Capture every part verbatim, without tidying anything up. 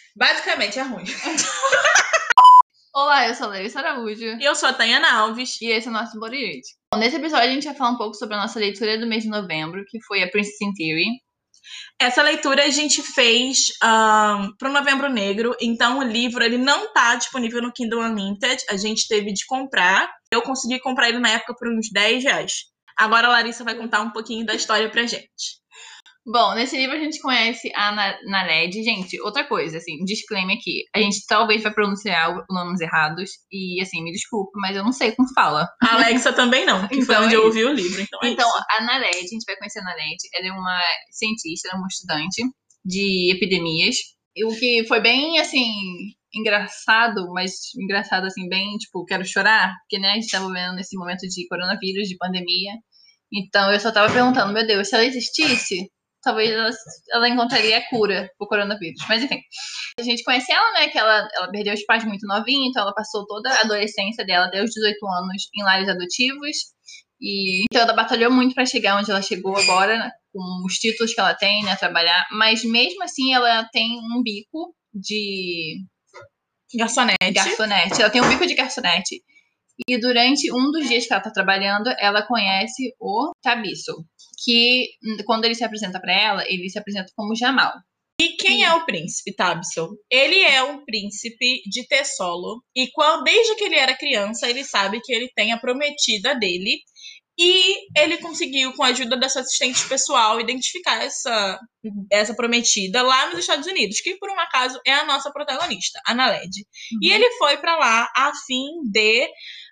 Basicamente é ruim. Olá, eu sou a Larissa Araújo. E eu sou a Tayana Alves. E esse é o nosso Bodyread. Bom, nesse episódio a gente vai falar um pouco sobre a nossa leitura do mês de novembro, que foi a Princess in Theory. Essa leitura a gente fez um, para o Novembro Negro, então o livro ele não está disponível no Kindle Unlimited, a gente teve de comprar. Eu consegui comprar ele na época por uns dez reais. Agora a Larissa vai contar um pouquinho da história pra gente. Bom, nesse livro a gente conhece a Naled. Gente, outra coisa, assim, disclaimer aqui. A gente talvez vai pronunciar os nomes errados. E, assim, me desculpa, mas eu não sei como fala. A Alexa também não, que então foi onde é eu ouvi o livro. Então, é então isso. a Naled, a gente vai conhecer a Naled. Ela é uma cientista, ela é uma estudante de epidemias. E o que foi bem, assim, engraçado, mas engraçado, assim, bem, tipo, quero chorar. Porque, né, a gente tava vendo nesse momento de coronavírus, de pandemia. Então eu só tava perguntando, meu Deus, se ela existisse, talvez ela, ela encontraria a cura pro coronavírus. Mas enfim, a gente conhece ela, né, que ela, ela perdeu os pais muito novinha, então ela passou toda a adolescência dela até os dezoito anos em lares adotivos. E então ela batalhou muito para chegar onde ela chegou agora, né, com os títulos que ela tem, né, trabalhar. Mas mesmo assim ela tem um bico de garçonete. garçonete. Ela tem um bico de garçonete. E durante um dos dias que ela tá trabalhando, ela conhece o Tabiso, que quando ele se apresenta para ela, ele se apresenta como Jamal. E quem e... é o príncipe Tabiso? Ele é um príncipe de Tessolo, e quando, desde que ele era criança, ele sabe que ele tem a prometida dele, e ele conseguiu, com a ajuda dessa assistente pessoal, identificar essa, essa prometida lá nos Estados Unidos, que por um acaso é a nossa protagonista, a Naled. Uhum. E ele foi para lá a fim de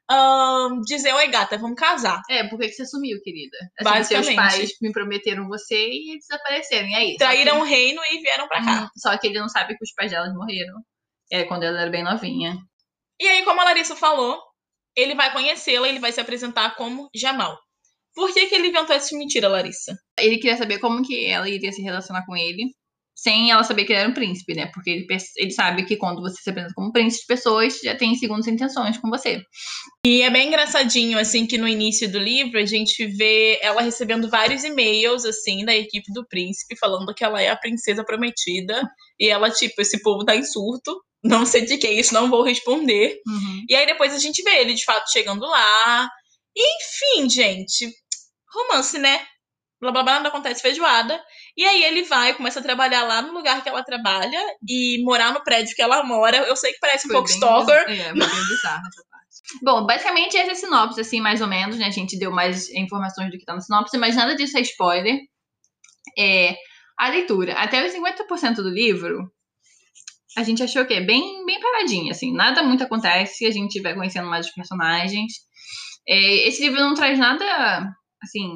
um, dizer, oi gata, vamos casar. É, por que você sumiu, querida? Assim, basicamente. Seus pais me prometeram você e eles desapareceram, e aí? Traíram que... o reino e vieram pra cá. Hum, só que ele não sabe que os pais delas morreram. É, quando ela era bem novinha. E aí, como a Larissa falou, ele vai conhecê-la, ele vai se apresentar como Jamal. Por que que ele inventou essa mentira, Larissa? Ele queria saber como que ela iria se relacionar com ele, sem ela saber que ele era um príncipe, né? Porque ele, ele sabe que quando você se apresenta como príncipe, pessoas já têm segundas intenções com você. E é bem engraçadinho, assim, que no início do livro a gente vê ela recebendo vários e-mails, assim, da equipe do príncipe, falando que ela é a princesa prometida. E ela, tipo, esse povo tá em surto. Não sei de que é isso, não vou responder. Uhum. E aí depois a gente vê ele, de fato, chegando lá. Enfim, gente, romance, né? Blá, blá, blá, nada acontece feijoada. E aí ele vai, começa a trabalhar lá no lugar que ela trabalha e morar no prédio que ela mora. Eu sei que parece um foi pouco bem, stalker. É, foi bem bizarro essa parte. Bom, basicamente essa é a sinopse, assim, mais ou menos, né? A gente deu mais informações do que tá na sinopse, mas nada disso é spoiler. É, a leitura, até os cinquenta por cento do livro, a gente achou que é bem, bem paradinha, assim, nada muito acontece, a gente vai conhecendo mais os personagens. É, esse livro não traz nada, assim,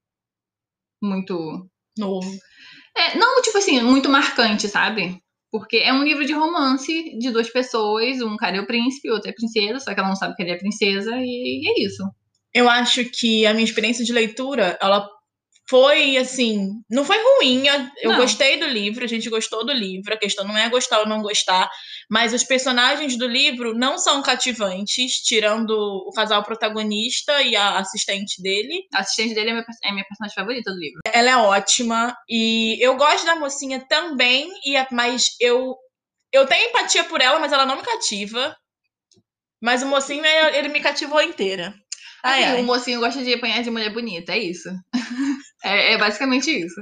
muito novo. É, não, tipo assim, muito marcante, sabe? Porque é um livro de romance de duas pessoas, um cara é o príncipe, outro é a princesa, só que ela não sabe que ele é princesa, e é isso. Eu acho que a minha experiência de leitura, ela foi, assim, não foi ruim, eu não. gostei do livro, a gente gostou do livro, a questão não é gostar ou não gostar, mas os personagens do livro não são cativantes, tirando o casal protagonista e a assistente dele. A assistente dele é minha, é minha personagem favorita do livro. Ela é ótima, e eu gosto da mocinha também, e a, mas eu, eu tenho empatia por ela, mas ela não me cativa. Mas o mocinho, ele me cativou inteira. Ai, assim, ai. O mocinho gosta de apanhar de mulher bonita, é isso. é, é basicamente isso.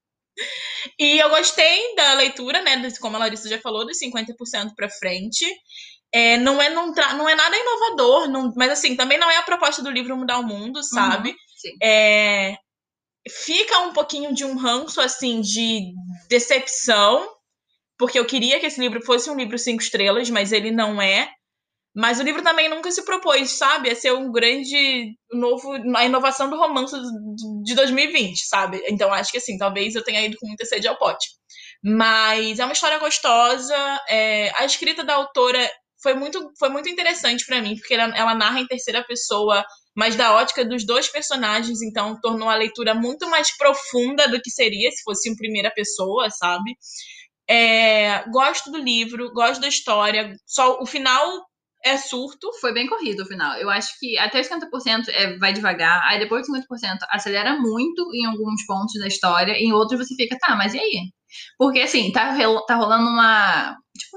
E eu gostei da leitura, né? Como a Larissa já falou, dos cinquenta por cento pra frente. É, não, é, não, não é nada inovador, não, mas assim, também não é a proposta do livro mudar o mundo, sabe? Uhum, sim. É, fica um pouquinho de um ranço, assim, de decepção, porque eu queria que esse livro fosse um livro cinco estrelas, mas ele não é. Mas o livro também nunca se propôs, sabe? A ser um grande novo, a inovação do romance de dois mil e vinte, sabe? Então acho que assim, talvez eu tenha ido com muita sede ao pote. Mas é uma história gostosa. É, a escrita da autora foi muito, foi muito interessante pra mim, porque ela, ela narra em terceira pessoa, mas da ótica dos dois personagens, então tornou a leitura muito mais profunda do que seria se fosse em primeira pessoa, sabe? É, gosto do livro, gosto da história. Só o final é surto. Foi bem corrido o final. Eu acho que até os cinquenta por cento é, vai devagar, aí depois dos cinquenta por cento acelera muito em alguns pontos da história, em outros você fica, tá, mas e aí? Porque assim, tá, tá rolando uma, tipo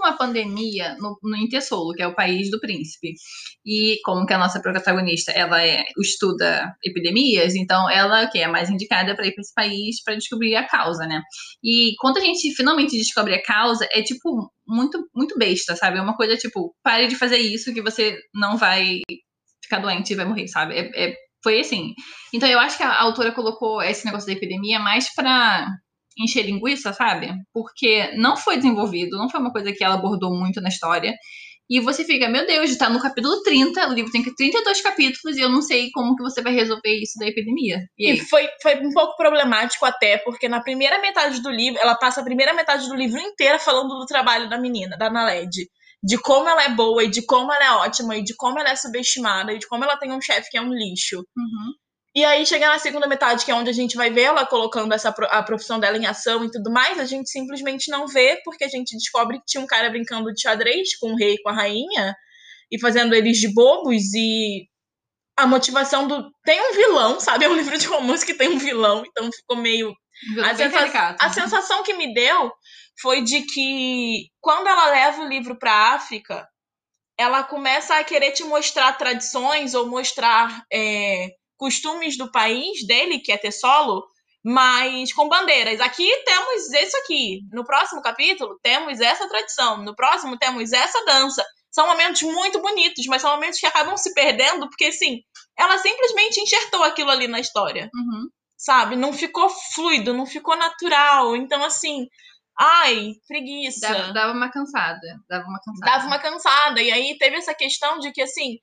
uma pandemia no, no em Tessouro, que é o país do príncipe. E como que a nossa protagonista, ela é, estuda epidemias, então ela que é mais indicada para ir para esse país para descobrir a causa, né? E quando a gente finalmente descobre a causa, é tipo muito, muito besta, sabe? É uma coisa tipo, pare de fazer isso que você não vai ficar doente e vai morrer, sabe? É, é, foi assim. Então eu acho que a autora colocou esse negócio da epidemia mais pra encher linguiça, sabe? Porque não foi desenvolvido, não foi uma coisa que ela abordou muito na história. E você fica, meu Deus, tá no capítulo trinta, o livro tem trinta e dois capítulos e eu não sei como que você vai resolver isso da epidemia. E, e foi, foi um pouco problemático até, porque na primeira metade do livro, ela passa a primeira metade do livro inteira falando do trabalho da menina, da Naled. De como ela é boa, e de como ela é ótima, e de como ela é subestimada, e de como ela tem um chefe que é um lixo. Uhum. E aí, chega na segunda metade, que é onde a gente vai ver ela colocando essa, a profissão dela em ação e tudo mais, a gente simplesmente não vê, porque a gente descobre que tinha um cara brincando de xadrez com o rei e com a rainha, e fazendo eles de bobos, e a motivação do... Tem um vilão, sabe? É um livro de romance que tem um vilão, então ficou meio... A, sensa... a sensação que me deu foi de que, quando ela leva o livro pra África, ela começa a querer te mostrar tradições ou mostrar... É... costumes do país dele, que é Tessolo, mas com bandeiras. Aqui temos isso aqui. No próximo capítulo, temos essa tradição. No próximo, temos essa dança. São momentos muito bonitos, mas são momentos que acabam se perdendo, porque, assim, ela simplesmente enxertou aquilo ali na história. Uhum. Sabe? Não ficou fluido, não ficou natural. Então, assim, ai, preguiça. Dava, dava uma cansada. Dava uma cansada. Dava uma cansada. E aí teve essa questão de que, assim,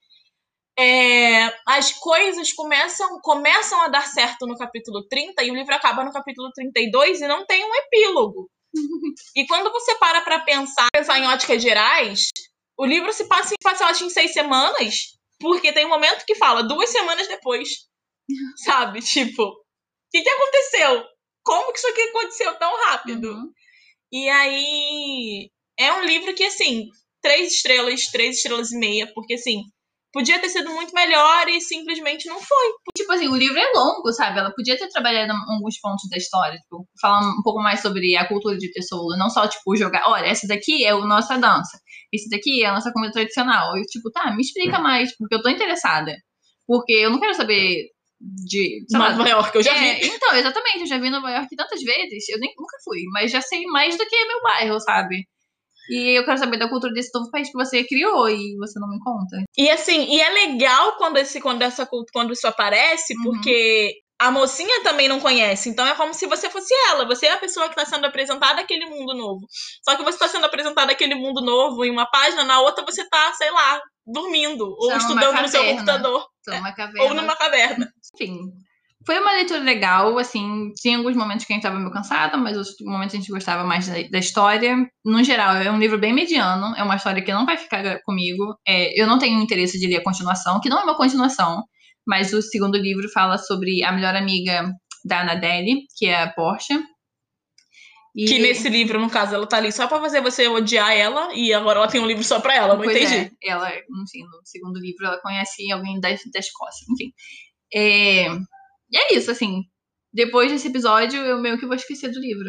É, as coisas começam, começam a dar certo no capítulo trinta e o livro acaba no capítulo trinta e dois e não tem um epílogo. E quando você para pra pensar, pensar em óticas gerais, o livro se passa, passa eu acho, em seis semanas, porque tem um momento que fala duas semanas depois. Sabe? Tipo, o que, que aconteceu? Como que isso aqui aconteceu tão rápido? Uhum. E aí, é um livro que, assim, três estrelas, três estrelas e meia, porque, assim, podia ter sido muito melhor e simplesmente não foi. Tipo assim, o livro é longo, sabe? Ela podia ter trabalhado em alguns pontos da história, tipo, falar um pouco mais sobre a cultura de Tessouro, não só, tipo, jogar, olha, essa daqui é a nossa dança, esse daqui é a nossa comida tradicional. Eu, tipo, tá, me explica mais, porque eu tô interessada. Porque eu não quero saber de... Nova York, eu já é, vi. Então, exatamente, eu já vi Nova York tantas vezes, eu nem, nunca fui, mas já sei mais do que meu bairro, sabe? E eu quero saber da cultura desse novo país que você criou e você não me conta. E assim, e é legal quando, esse, quando, essa, quando isso aparece, Uhum. porque a mocinha também não conhece. Então é como se você fosse ela. Você é a pessoa que está sendo apresentada aquele mundo novo. Só que você está sendo apresentada aquele mundo novo em uma página, na outra você tá, sei lá, dormindo. Ou Só estudando no seu computador. Só uma caverna. Ou numa caverna. Enfim. Foi uma leitura legal, assim, tinha alguns momentos que a gente tava meio cansada, mas outros momentos a gente gostava mais da, da história. No geral, é um livro bem mediano, é uma história que não vai ficar comigo. É, eu não tenho interesse de ler a continuação, que não é uma continuação, mas o segundo livro fala sobre a melhor amiga da Annadelle, que é a Portia. E... Que nesse livro, no caso, ela tá ali só pra fazer você odiar ela, e agora ela tem um livro só pra ela, não pois entendi. É, ela, enfim, no segundo livro ela conhece alguém da, da Escócia, enfim. É... E é isso, assim. Depois desse episódio, eu meio que vou esquecer do livro.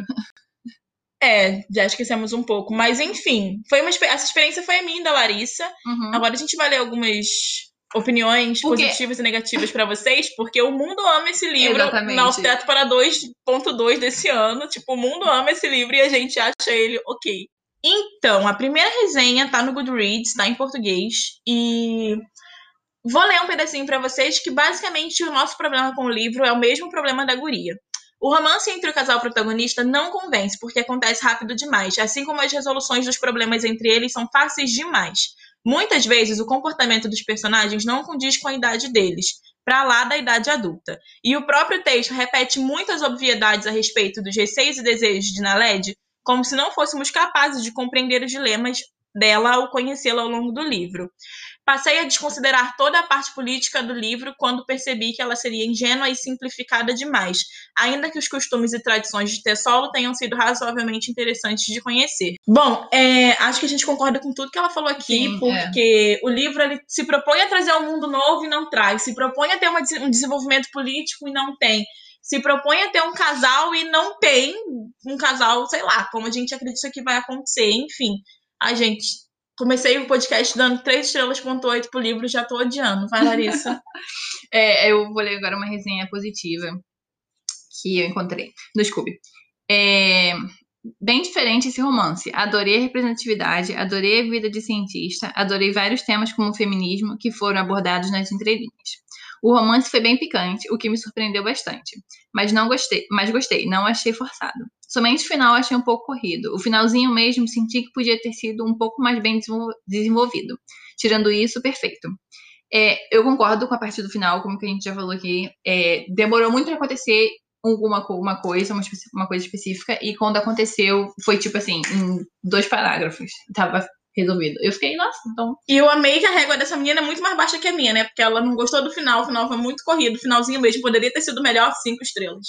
É, já esquecemos um pouco. Mas, enfim, foi uma, essa experiência foi a minha e da Larissa. Uhum. Agora a gente vai ler algumas opiniões porque... positivas e negativas pra vocês, porque o mundo ama esse livro. Exatamente. No Teto para dois ponto dois desse ano. Tipo, o mundo ama esse livro e a gente acha ele ok. Então, a primeira resenha tá no Goodreads, tá em português. E... vou ler um pedacinho pra vocês, que basicamente o nosso problema com o livro é o mesmo problema da guria. O romance entre o casal protagonista não convence, porque acontece rápido demais, assim como as resoluções dos problemas entre eles são fáceis demais. Muitas vezes o comportamento dos personagens não condiz com a idade deles, para lá da idade adulta. E o próprio texto repete muitas obviedades a respeito dos receios e desejos de Naled, como se não fôssemos capazes de compreender os dilemas dela ao conhecê-la ao longo do livro. Passei a desconsiderar toda a parte política do livro quando percebi que ela seria ingênua e simplificada demais, ainda que os costumes e tradições de Tessolo tenham sido razoavelmente interessantes de conhecer. Bom, é, acho que a gente concorda com tudo que ela falou aqui, Sim, porque é. O livro ele se propõe a trazer um mundo novo e não traz, se propõe a ter uma, um desenvolvimento político e não tem, se propõe a ter um casal e não tem um casal, sei lá, como a gente acredita que vai acontecer, enfim. Ai, gente, comecei o podcast dando três estrelas ponto oito pro livro, já tô odiando. Vai, Larissa. É, eu vou ler agora uma resenha positiva que eu encontrei no Scooby. É, bem diferente esse romance. Adorei a representatividade, adorei a vida de cientista, adorei vários temas como o feminismo que foram abordados nas entrelinhas. O romance foi bem picante, o que me surpreendeu bastante. Mas não gostei, mas gostei, não achei forçado. Somente o final achei um pouco corrido. O finalzinho mesmo senti que podia ter sido um pouco mais bem desenvolvido. Tirando isso, perfeito. É, eu concordo com a parte do final, como que a gente já falou aqui. É, demorou muito pra acontecer alguma uma coisa, uma, uma coisa específica, e quando aconteceu, foi tipo assim, em dois parágrafos. Tava resolvido. Eu fiquei, nossa, então. E eu amei que a régua dessa menina é muito mais baixa que a minha, né? Porque ela não gostou do final, o final foi muito corrido, o finalzinho mesmo poderia ter sido melhor, cinco estrelas.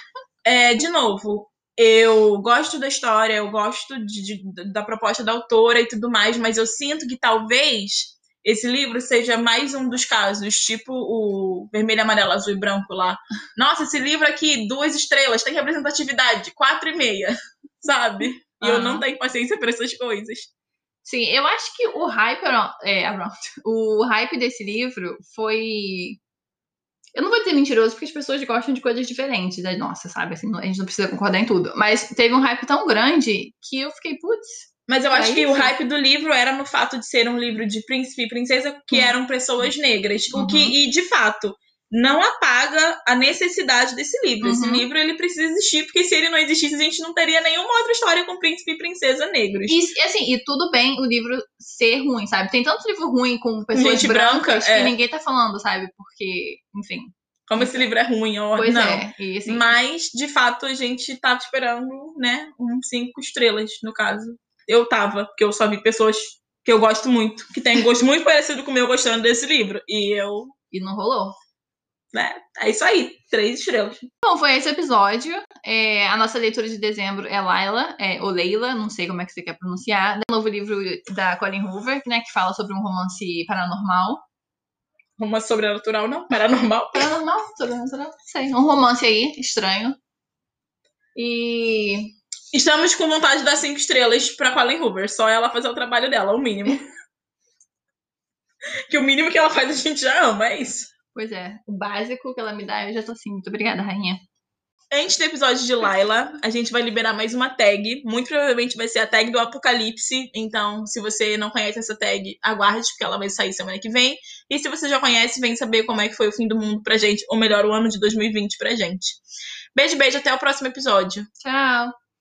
É, de novo, eu gosto da história, eu gosto de, de, da proposta da autora e tudo mais, mas eu sinto que talvez esse livro seja mais um dos casos, tipo o Vermelho, Amarelo, Azul e Branco lá. Nossa, esse livro aqui, duas estrelas, tem representatividade, quatro e meia, sabe? E uhum. Eu não tenho paciência para essas coisas. Sim, eu acho que o hype, é, o hype desse livro foi... Eu não vou dizer mentiroso, porque as pessoas gostam de coisas diferentes da nossa, sabe? Assim, a gente não precisa concordar em tudo. Mas teve um hype tão grande que eu fiquei, putz. Mas eu acho isso? que o hype do livro era no fato de ser um livro de príncipe e princesa que uhum. eram pessoas negras. Uhum. O que, e, de fato, não apaga a necessidade desse livro. Uhum. Esse livro, ele precisa existir, porque se ele não existisse, a gente não teria nenhuma outra história com príncipe e princesa negros. E, assim, e tudo bem o livro ser ruim, sabe? Tem tanto livro ruim com pessoas gente brancas branca, é. que ninguém tá falando, sabe? Porque, enfim... Como esse livro é ruim, ó. Pois não. é. E, assim, mas, de fato, a gente tava esperando, né, um cinco estrelas, no caso. Eu tava, porque eu só vi pessoas que eu gosto muito, que têm gosto muito parecido com o meu gostando desse livro. E eu... E não rolou. É, é isso aí, três estrelas. Bom, foi esse episódio. É, a nossa leitura de dezembro é Laila, é, ou Leila, não sei como é que você quer pronunciar. O novo livro da Colleen Hoover, né, que fala sobre um romance paranormal. Romance sobrenatural, não? Paranormal? Paranormal, sobrenatural, não sei. Um romance aí, estranho. E... Estamos com vontade de dar cinco estrelas pra Colleen Hoover. Só ela fazer o trabalho dela, o mínimo. Que o mínimo que ela faz a gente já ama, é isso. Pois é, o básico que ela me dá, eu já tô assim, muito obrigada, rainha. Antes do episódio de Laila, a gente vai liberar mais uma tag. Muito provavelmente vai ser a tag do Apocalipse. Então, se você não conhece essa tag, aguarde, porque ela vai sair semana que vem. E se você já conhece, vem saber como é que foi o fim do mundo pra gente. Ou melhor, o ano de dois mil e vinte pra gente. Beijo, beijo. Até o próximo episódio. Tchau.